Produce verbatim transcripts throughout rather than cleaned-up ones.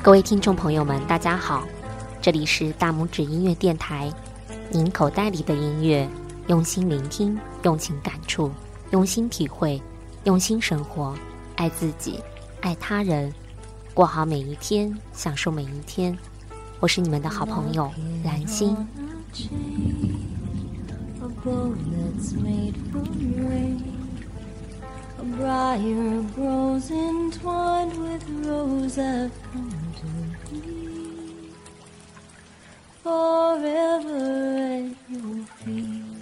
各位听众朋友们，大家好，这里是大拇指音乐电台，您口袋里的音乐，用心聆听，用情感触，用心体会，用心生活，爱自己，爱他人，过好每一天，享受每一天。我是你们的好朋友蓝心。 A briar grows entwined with rose I've come to be. Forever at your feet,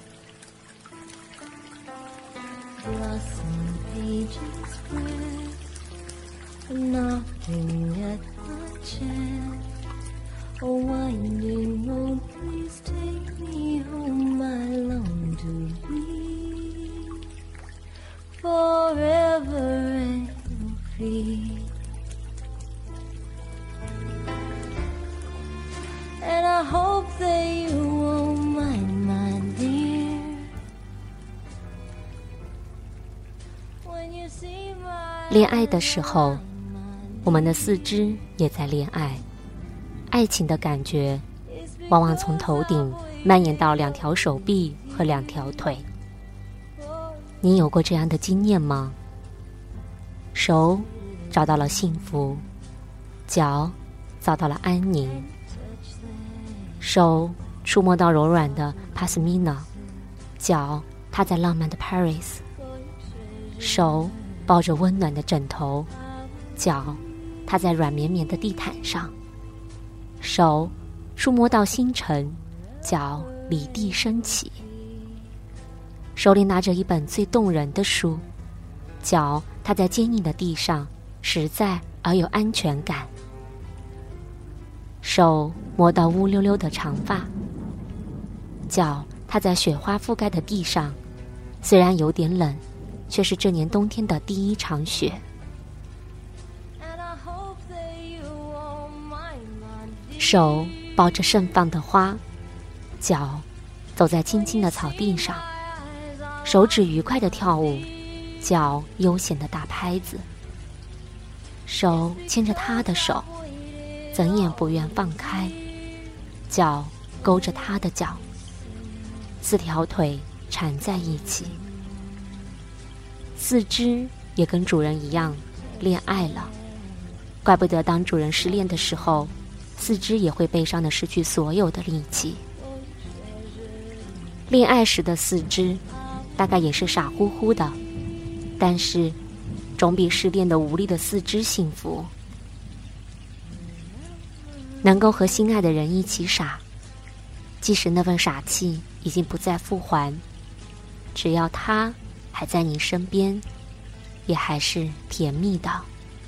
blossom pages press, knocking at my chest. A winding road, please take me home, I long to be.Forever at your feet, and I hope that you won't mind, my dear, when you see my 恋爱的时候，我们的四肢也在恋爱，爱情的感觉往往从头顶蔓延到两条手臂和两条腿。你有过这样的经验吗？手找到了幸福，脚找到了安宁。手触摸到柔软的帕斯米娜，脚踏在浪漫的 Paris。手抱着温暖的枕头，脚踏在软绵绵的地毯上。手触摸到星辰，脚离地升起。手里拿着一本最动人的书，脚踏在坚硬的地上，实在而有安全感。手摸到乌溜溜的长发，脚踏在雪花覆盖的地上，虽然有点冷，却是这年冬天的第一场雪。手抱着盛放的花，脚走在青青的草地上，手指愉快地跳舞，脚悠闲地打拍子。手牵着他的手，怎也不愿放开，脚勾着他的脚，四条腿缠在一起，四肢也跟主人一样恋爱了。怪不得当主人失恋的时候，四肢也会悲伤地失去所有的力气。恋爱时的四肢大概也是傻乎乎的，但是总比失恋的无力的四肢幸福。能够和心爱的人一起傻，即使那份傻气已经不再复还，只要他还在你身边，也还是甜蜜的。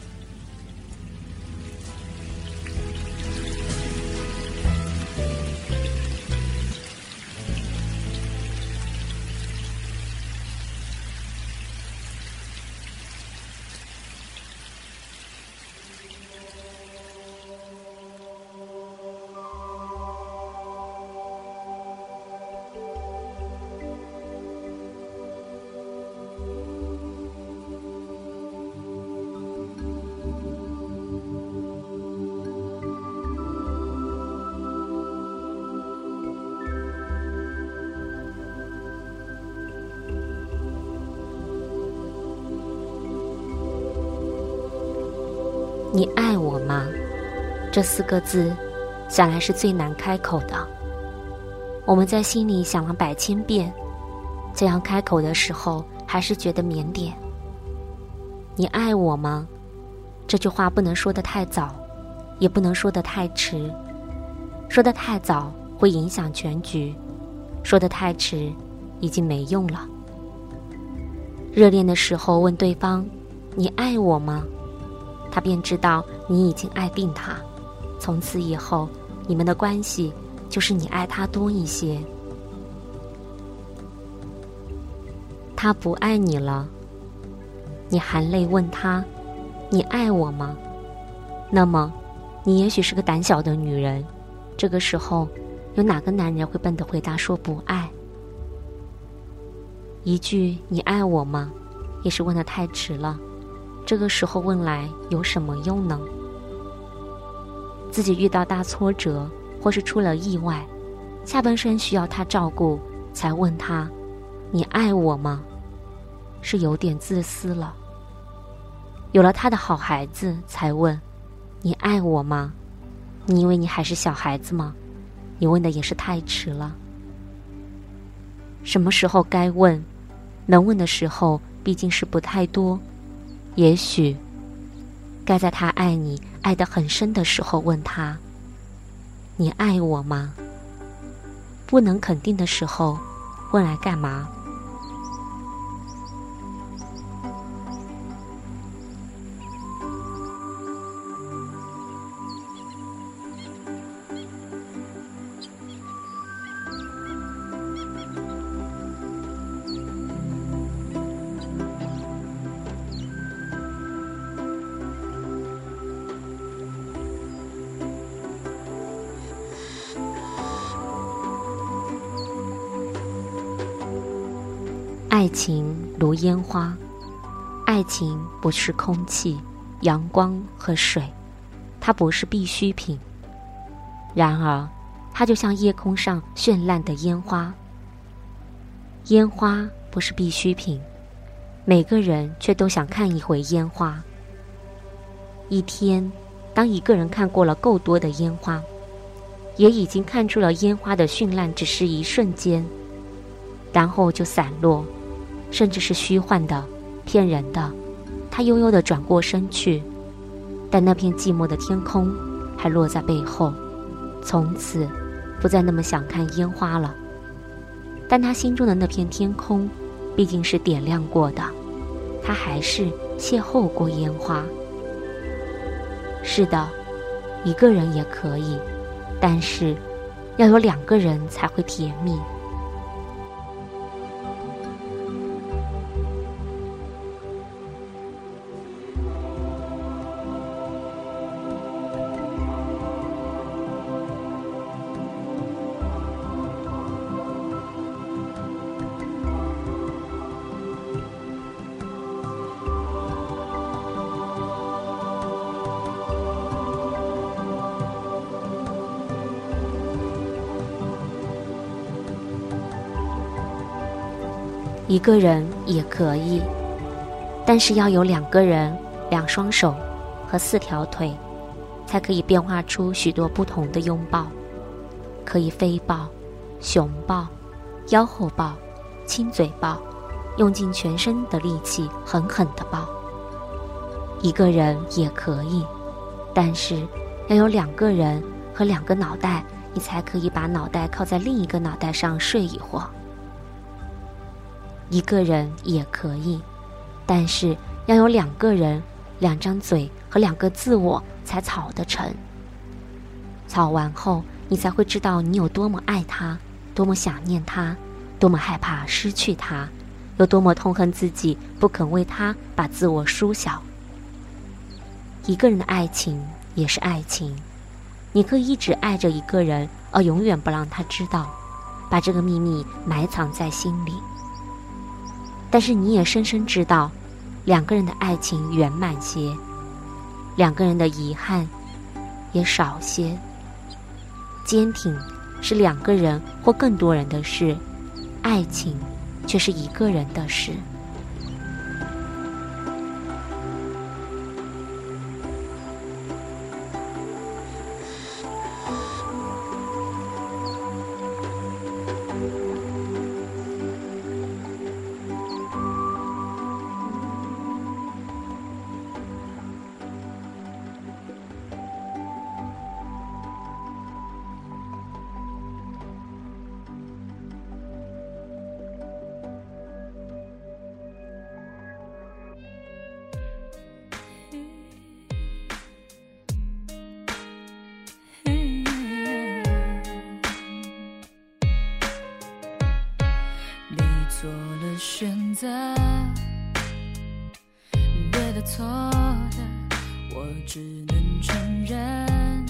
你爱我吗？这四个字想来是最难开口的。我们在心里想了百千遍，这样开口的时候还是觉得腼腆。你爱我吗？这句话不能说得太早，也不能说得太迟。说得太早会影响全局，说得太迟已经没用了。热恋的时候问对方你爱我吗，他便知道你已经爱定他，从此以后你们的关系就是你爱他多一些。他不爱你了，你含泪问他你爱我吗？那么你也许是个胆小的女人，这个时候有哪个男人会笨得回答说不爱？一句你爱我吗也是问得太迟了，这个时候问来有什么用呢？ 自己遇到大挫折或是出了意外，下半身需要他照顾，才问他你爱我吗？是有点自私了。有了他的好孩子才问你爱我吗？你以为你还是小孩子吗？你问的也是太迟了。什么时候该问，能问的时候毕竟是不太多，也许该在他爱你爱得很深的时候问他你爱我吗？不能肯定的时候问来干嘛？爱情如烟花，爱情不是空气、阳光和水，它不是必需品。然而，它就像夜空上绚烂的烟花。烟花不是必需品，每个人却都想看一回烟花。一天，当一个人看过了够多的烟花，也已经看出了烟花的绚烂只是一瞬间，然后就散落，甚至是虚幻的、骗人的。他悠悠地转过身去，但那片寂寞的天空还落在背后，从此不再那么想看烟花了。但他心中的那片天空毕竟是点亮过的，他还是邂逅过烟花。是的，一个人也可以，但是要有两个人才会甜蜜。一个人也可以，但是要有两个人、两双手和四条腿，才可以变化出许多不同的拥抱。可以飞抱、熊抱、腰后抱、亲嘴抱，用尽全身的力气狠狠地抱。一个人也可以，但是要有两个人和两个脑袋，你才可以把脑袋靠在另一个脑袋上睡一会儿。一个人也可以，但是要有两个人、两张嘴和两个自我才吵得成。吵完后，你才会知道你有多么爱他，多么想念他，多么害怕失去他，有多么痛恨自己不肯为他把自我缩小。一个人的爱情也是爱情，你可以一直爱着一个人，而永远不让他知道，把这个秘密埋藏在心里。但是你也深深知道，两个人的爱情圆满些，两个人的遗憾也少些。坚挺是两个人或更多人的事，爱情却是一个人的事。 做了选择，对的错的，我只能承认。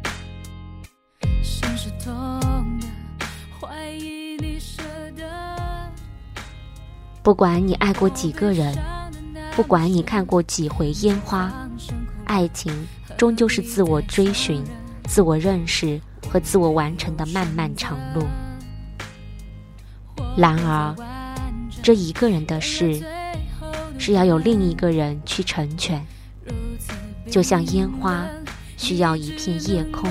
心是痛的，怀疑你舍得。 不管你爱过几个人，不管你看过几回烟花，爱情终究是自我追寻， 自我认识和自我完成的漫漫长路。然而，这一个人的事是要有另一个人去成全，就像烟花需要一片夜空。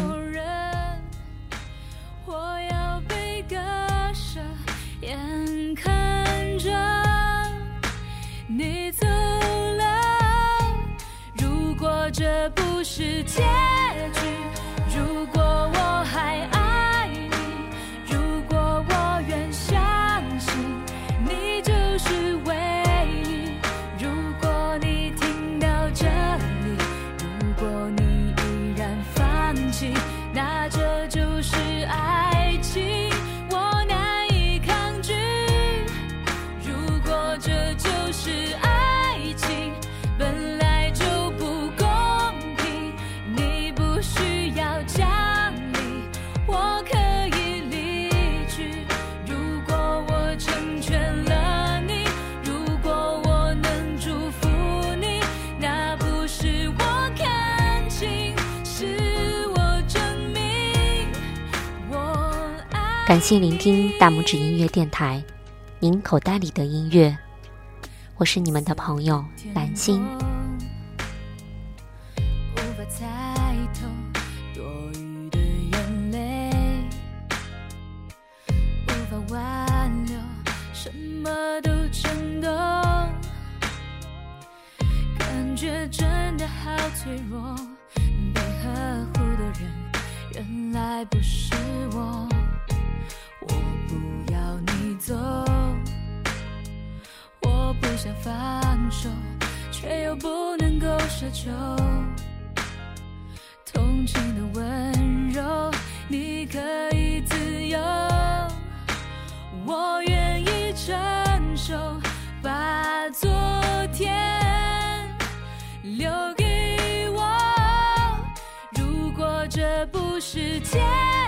你走了，如果这不是结局，如果我还爱你，如果我愿相信你就是唯一，如果你听到这里，如果你依然放弃，那这就是爱情，我难以抗拒。如果这就是爱情，本来就不公平，你不需要讲理，我可以离去。如果我成全了你，如果我能祝福你，那不是我看清，是我证明我爱。 感谢聆听大拇指音乐电台，您口袋里的音乐，我是你们的朋友蓝心。 无法猜透多余的眼泪，无法挽留，什么都震动，感觉真的好脆弱，被呵护的人原来不是我，我不要你走，我不想放手，却又不能够奢求同情的温柔，你可以自由，我愿意承受，把昨天留给我，如果这不是结